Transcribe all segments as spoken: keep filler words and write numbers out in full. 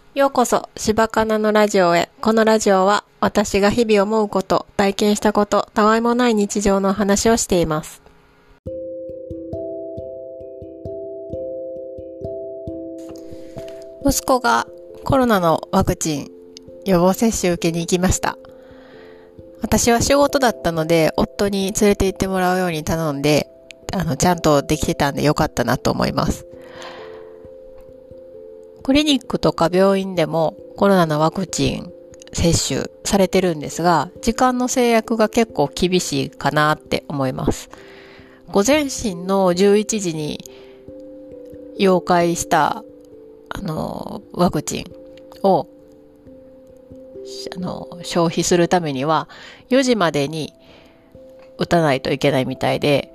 ようこそ、柴かなのラジオへ。このラジオは、私が日々思うこと、体験したこと、たわいもない日常の話をしています。息子がコロナのワクチン予防接種受けに行きました。私は仕事だったので、夫に連れて行ってもらうように頼んで、あの、ちゃんとできてたんでよかったなと思います。クリニックとか病院でもコロナのワクチン接種されてるんですが、時間の制約が結構厳しいかなって思います。午前診のじゅういちじに要介したあのワクチンをあの消費するためにはよじまでに打たないといけないみたいで、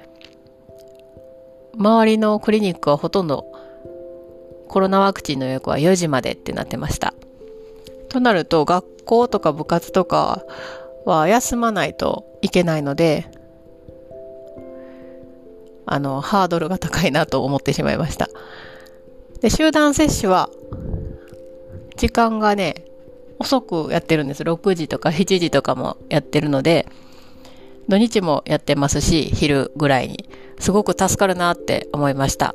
周りのクリニックはほとんどコロナワクチンの予約はよじまでってなってました。となると学校とか部活とかは休まないといけないので、あのハードルが高いなと思ってしまいました。で、集団接種は時間がね遅くやってるんです。ろくじとかしちじとかもやってるので、土日もやってますし、昼ぐらいにすごく助かるなって思いました。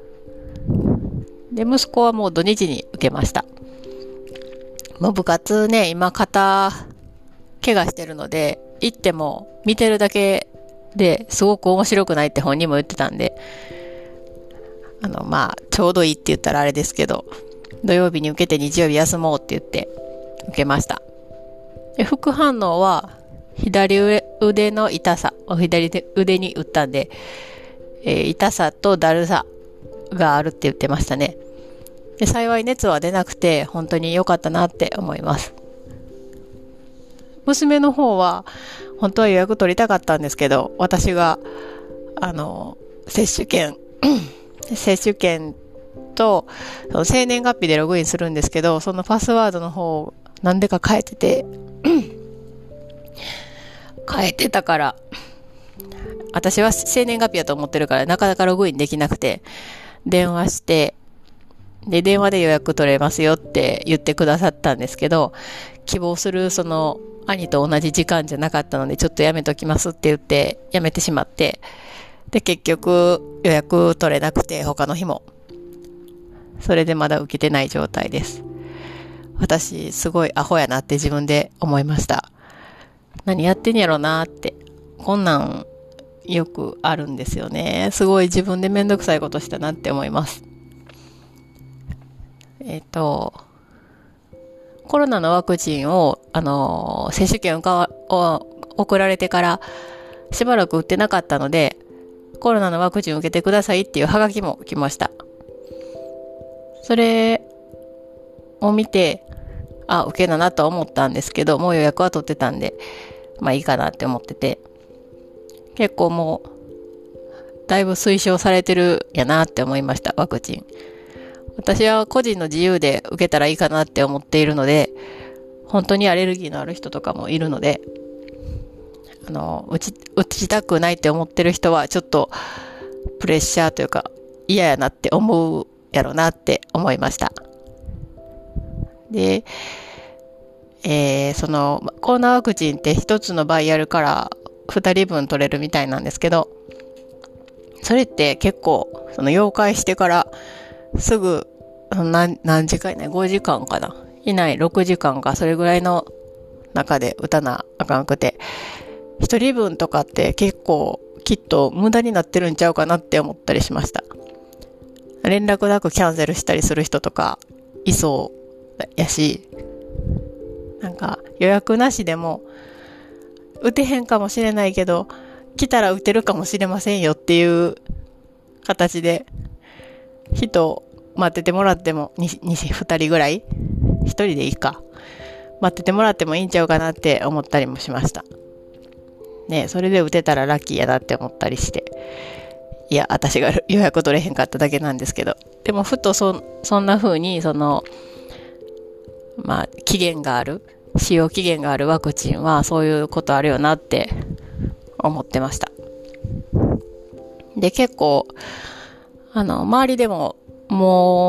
で、息子はもう土日に受けました。もう部活ね、今肩怪我してるので、行っても見てるだけですごく面白くないって本人も言ってたんで、あの、まあ、ちょうどいいって言ったらあれですけど、土曜日に受けて日曜日休もうって言って受けました。で、副反応は左腕の痛さ、左腕に打ったんで、えー、痛さとだるさがあるって言ってましたね。で、幸い熱は出なくて本当に良かったなって思います。娘の方は本当は予約取りたかったんですけど、私があの接種券接種券とその生年月日でログインするんですけど、そのパスワードの方をなんでか変えてて変えてたから私は生年月日だと思ってるからなかなかログインできなくて、電話してで電話で予約取れますよって言ってくださったんですけど、希望するその兄と同じ時間じゃなかったのでちょっとやめときますって言ってやめてしまって、で結局予約取れなくて、他の日もそれでまだ受けてない状態です。私すごいアホやなって自分で思いました。何やってんやろなって。こんなんよくあるんですよね。すごい自分でめんどくさいことしたなって思います。えっとコロナのワクチンをあの接種券を送られてからしばらく打ってなかったので、コロナのワクチンを受けてくださいっていうハガキも来ました。それを見て、あ、受けだなと思ったんですけど、もう予約は取ってたんで、まあいいかなって思ってて、結構もうだいぶ推奨されてるやなって思いました。ワクチン、私は個人の自由で受けたらいいかなって思っているので、本当にアレルギーのある人とかもいるので、あの打ち、打ちたくないって思ってる人はちょっとプレッシャーというか嫌やなって思うやろなって思いました。で、えー、そのコロナワクチンって一つのバイアルから二人分取れるみたいなんですけど、それって結構その溶解してからすぐ何、何時間いないごじかんかな、いないろくじかんか、それぐらいの中で打たなあかんくて、一人分とかって結構きっと無駄になってるんちゃうかなって思ったりしました。連絡なくキャンセルしたりする人とかいそうやし、なんか予約なしでも打てへんかもしれないけど来たら打てるかもしれませんよっていう形で人待っててもらっても 2, ふたりぐらい、ひとりでいいか、待っててもらってもいいんちゃうかなって思ったりもしましたね。それで打てたらラッキーやなって思ったりして、いや私が予約取れへんかっただけなんですけど、でもふと そ, そんな風にそのまあ期限がある使用期限があるワクチンはそういうことあるよなって思ってました。で結構あの周りでももう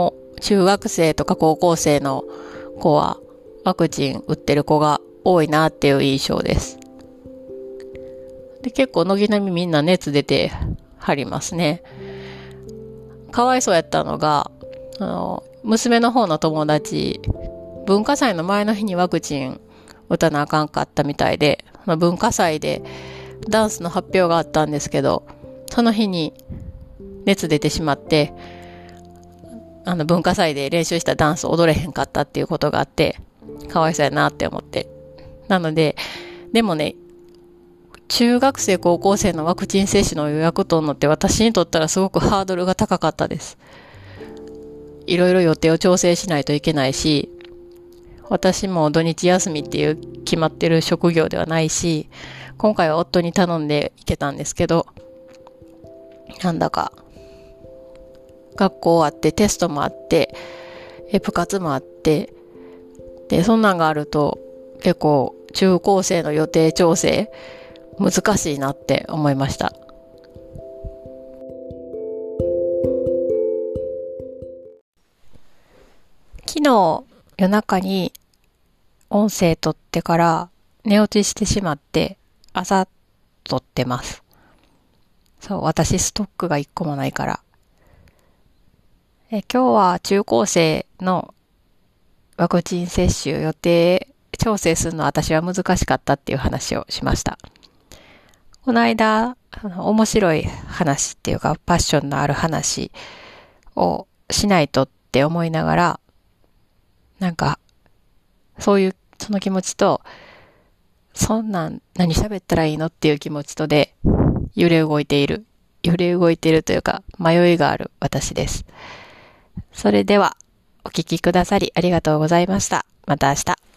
中学生とか高校生の子はワクチン打ってる子が多いなっていう印象です。で、結構軒並みみんな熱出てはりますね。かわいそうやったのが、あの、娘の方の友達、文化祭の前の日にワクチン打たなあかんかったみたいで、文化祭でダンスの発表があったんですけど、その日に熱出てしまって、あの文化祭で練習したダンス踊れへんかったっていうことがあって、かわいそうやなって思って。なので、でもね、中学生高校生のワクチン接種の予約取るのって私にとったらすごくハードルが高かったです。いろいろ予定を調整しないといけないし、私も土日休みっていう決まってる職業ではないし、今回は夫に頼んで行けたんですけど、なんだか学校あってテストもあって部活もあって、でそんなんがあると結構中高生の予定調整難しいなって思いました。昨日夜中に音声撮ってから寝落ちしてしまって朝撮ってます。そう、私ストックが一個もないから。え今日は中高生のワクチン接種予定調整するのは私は難しかったっていう話をしました。この間、あの面白い話っていうかパッションのある話をしないとって思いながら、なんかそういうその気持ちと、そんなん何喋ったらいいのっていう気持ちとで揺れ動いている、揺れ動いているというか迷いがある私です。それではお聞きくださりありがとうございました。また明日。